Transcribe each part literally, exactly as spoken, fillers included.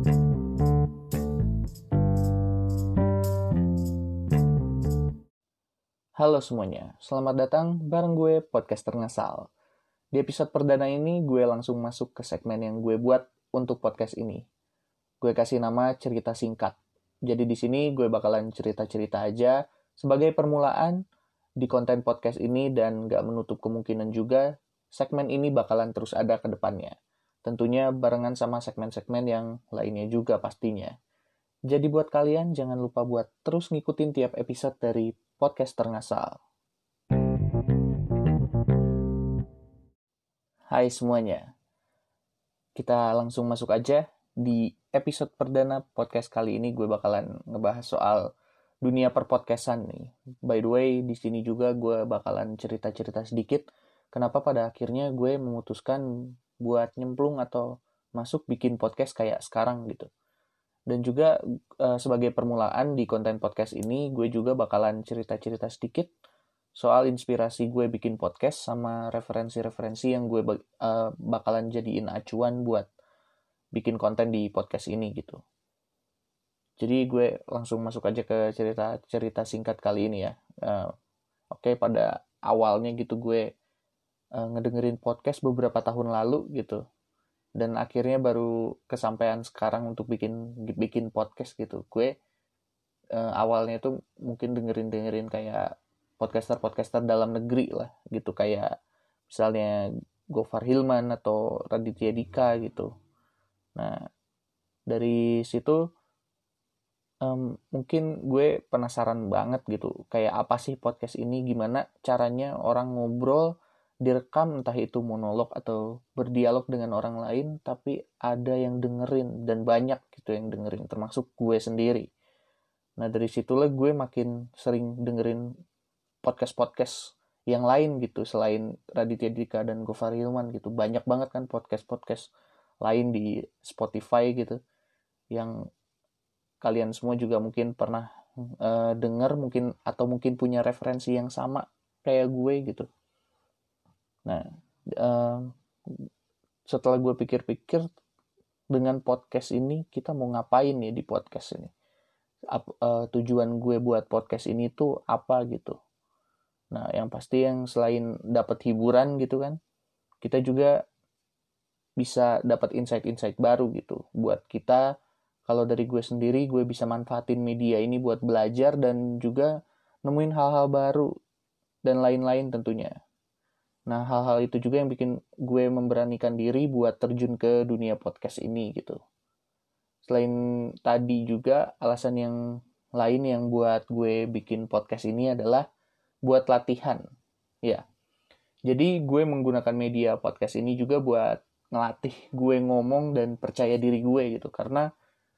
Halo semuanya, selamat datang bareng gue Podcaster Ngasal. Di episode perdana ini gue langsung masuk ke segmen yang gue buat untuk podcast ini. Gue kasih nama cerita singkat. Jadi di sini gue bakalan cerita-cerita aja sebagai permulaan di konten podcast ini dan gak menutup kemungkinan juga segmen ini bakalan terus ada ke depannya. Tentunya barengan sama segmen-segmen yang lainnya juga pastinya. Jadi buat kalian jangan lupa buat terus ngikutin tiap episode dari Podcaster Ngasal. Hai semuanya, kita langsung masuk aja. Di episode perdana podcast kali ini gue bakalan ngebahas soal dunia perpodcastan nih. By the way, di sini juga gue bakalan cerita-cerita sedikit kenapa pada akhirnya gue memutuskan buat nyemplung atau masuk bikin podcast kayak sekarang gitu. Dan juga uh, sebagai permulaan di konten podcast ini, gue juga bakalan cerita-cerita sedikit soal inspirasi gue bikin podcast sama referensi-referensi yang gue uh, bakalan jadiin acuan buat bikin konten di podcast ini gitu. Jadi gue langsung masuk aja ke cerita-cerita singkat kali ini ya. Uh, Oke, okay, pada awalnya gitu gue uh, ngedengerin podcast beberapa tahun lalu gitu. Dan akhirnya baru kesampaian sekarang untuk bikin bikin podcast gitu. Gue uh, awalnya tuh mungkin dengerin-dengerin kayak podcaster-podcaster dalam negeri lah gitu, kayak misalnya Gofar Hilman atau Raditya Dika gitu. Nah, dari situ um, mungkin gue penasaran banget gitu, kayak apa sih podcast ini, gimana caranya orang ngobrol direkam, entah itu monolog atau berdialog dengan orang lain, tapi ada yang dengerin dan banyak gitu yang dengerin, termasuk gue sendiri. Nah dari situlah gue makin sering dengerin podcast-podcast yang lain gitu selain Raditya Dika dan Gofar Hilman gitu. Banyak banget kan podcast-podcast lain di Spotify gitu yang kalian semua juga mungkin pernah uh, dengar mungkin, atau mungkin punya referensi yang sama kayak gue gitu. Nah, uh, setelah gue pikir-pikir, dengan podcast ini kita mau ngapain nih di podcast ini? Ap, uh, tujuan gue buat podcast ini tuh apa gitu? Nah, yang pasti yang selain dapat hiburan gitu kan, kita juga bisa dapat insight-insight baru gitu. Buat kita, kalau dari gue sendiri, gue bisa manfaatin media ini buat belajar dan juga nemuin hal-hal baru dan lain-lain tentunya. Nah, hal-hal itu juga yang bikin gue memberanikan diri buat terjun ke dunia podcast ini gitu. Selain tadi juga, alasan yang lain yang buat gue bikin podcast ini adalah buat latihan. Ya, jadi gue menggunakan media podcast ini juga buat ngelatih gue ngomong dan percaya diri gue gitu. Karena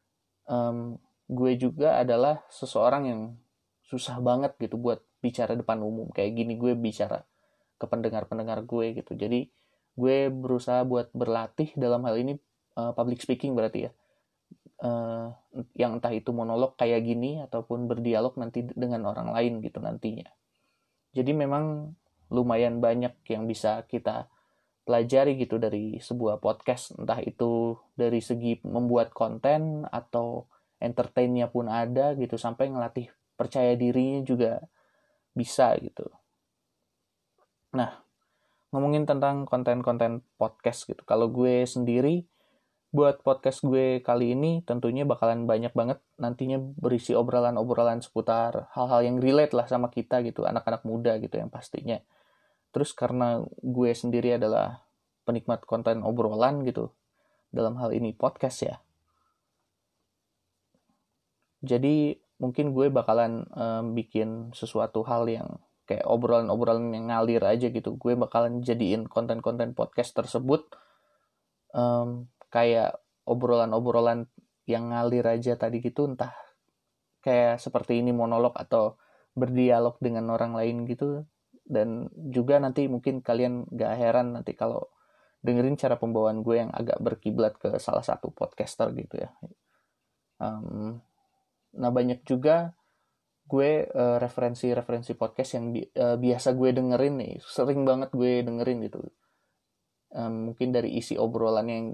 um, gue juga adalah seseorang yang susah banget gitu buat bicara depan umum. Kayak gini gue bicara ke pendengar-pendengar gue gitu. Jadi gue berusaha buat berlatih dalam hal ini uh, public speaking berarti ya. Uh, yang entah itu monolog kayak gini ataupun berdialog nanti dengan orang lain gitu nantinya. Jadi memang lumayan banyak yang bisa kita pelajari gitu dari sebuah podcast, entah itu dari segi membuat konten atau entertainnya pun ada gitu, sampai ngelatih percaya dirinya juga bisa gitu. Nah, ngomongin tentang konten-konten podcast gitu. Kalau gue sendiri, buat podcast gue kali ini tentunya bakalan banyak banget nantinya berisi obrolan-obrolan seputar hal-hal yang relate lah sama kita gitu, anak-anak muda gitu yang pastinya. Terus karena gue sendiri adalah penikmat konten obrolan gitu, dalam hal ini podcast ya. Jadi mungkin gue bakalan um, bikin sesuatu hal yang kayak obrolan-obrolan yang ngalir aja gitu. Gue bakalan jadiin konten-konten podcast tersebut um, kayak obrolan-obrolan yang ngalir aja tadi gitu, entah kayak seperti ini monolog atau berdialog dengan orang lain gitu. Dan juga nanti mungkin kalian gak heran nanti kalau dengerin cara pembawaan gue yang agak berkiblat ke salah satu podcaster gitu ya. Um, nah banyak juga gue uh, referensi-referensi podcast yang bi- uh, biasa gue dengerin nih, sering banget gue dengerin gitu. Um, mungkin dari isi obrolan yang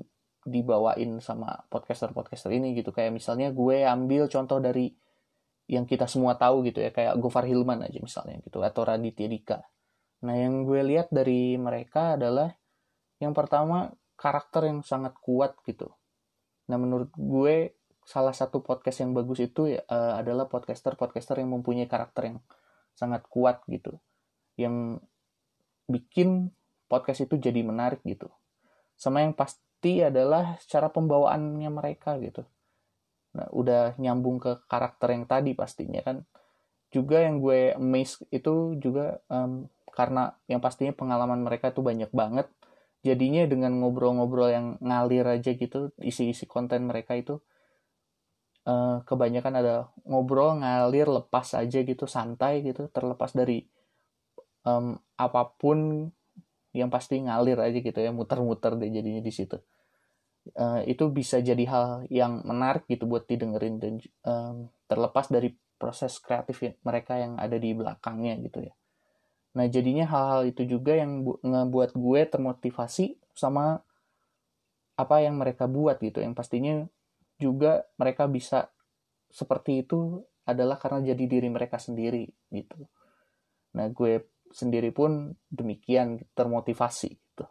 dibawain sama podcaster-podcaster ini gitu. Kayak misalnya gue ambil contoh dari yang kita semua tahu gitu ya, kayak Gofar Hilman aja misalnya gitu, atau Raditya Dika. Nah, yang gue lihat dari mereka adalah yang pertama karakter yang sangat kuat gitu. Nah, menurut gue salah satu podcast yang bagus itu ya, uh, adalah podcaster-podcaster yang mempunyai karakter yang sangat kuat gitu, yang bikin podcast itu jadi menarik gitu. Sama yang pasti adalah cara pembawaannya mereka gitu. Nah, udah nyambung ke karakter yang tadi pastinya kan. Juga yang gue amazed itu juga um, karena yang pastinya pengalaman mereka tuh banyak banget. Jadinya dengan ngobrol-ngobrol yang ngalir aja gitu, isi-isi konten mereka itu uh, kebanyakan ada ngobrol ngalir lepas aja gitu, santai gitu, terlepas dari um, apapun, yang pasti ngalir aja gitu ya, muter-muter deh jadinya di situ. Uh, itu bisa jadi hal yang menarik gitu buat didengerin dan um, terlepas dari proses kreatif mereka yang ada di belakangnya gitu ya. Nah, jadinya hal-hal itu juga yang bu- ngebuat gue termotivasi sama apa yang mereka buat gitu. Yang pastinya juga mereka bisa seperti itu adalah karena jadi diri mereka sendiri gitu. Nah, gue sendiri pun demikian termotivasi gitu.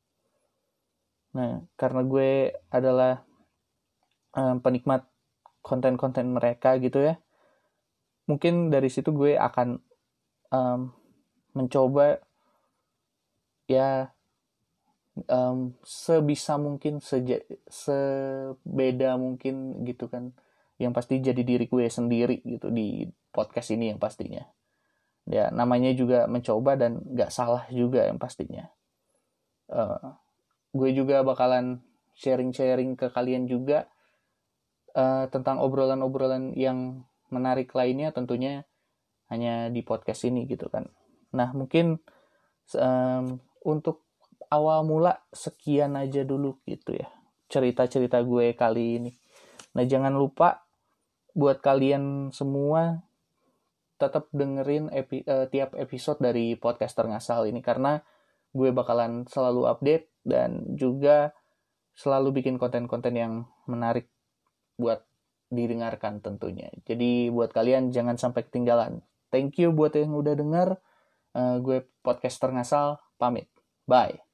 Nah, karena gue adalah um, penikmat konten-konten mereka gitu ya, mungkin dari situ gue akan um, mencoba ya um, sebisa mungkin seja, sebeda mungkin gitu kan, yang pasti jadi diri gue sendiri gitu di podcast ini yang pastinya. Ya, namanya juga mencoba dan gak salah juga yang pastinya. Uh, gue juga bakalan sharing-sharing ke kalian juga uh, tentang obrolan-obrolan yang menarik lainnya, tentunya hanya di podcast ini gitu kan. Nah, mungkin um, untuk awal mula sekian aja dulu gitu ya, cerita-cerita gue kali ini. Nah, jangan lupa buat kalian semua tetap dengerin epi, uh, tiap episode dari Podcaster Ngasal ini, karena gue bakalan selalu update dan juga selalu bikin konten-konten yang menarik buat didengarkan tentunya. Jadi buat kalian jangan sampai ketinggalan. Thank you buat yang udah denger. Uh, gue Podcaster Ngasal pamit. Bye.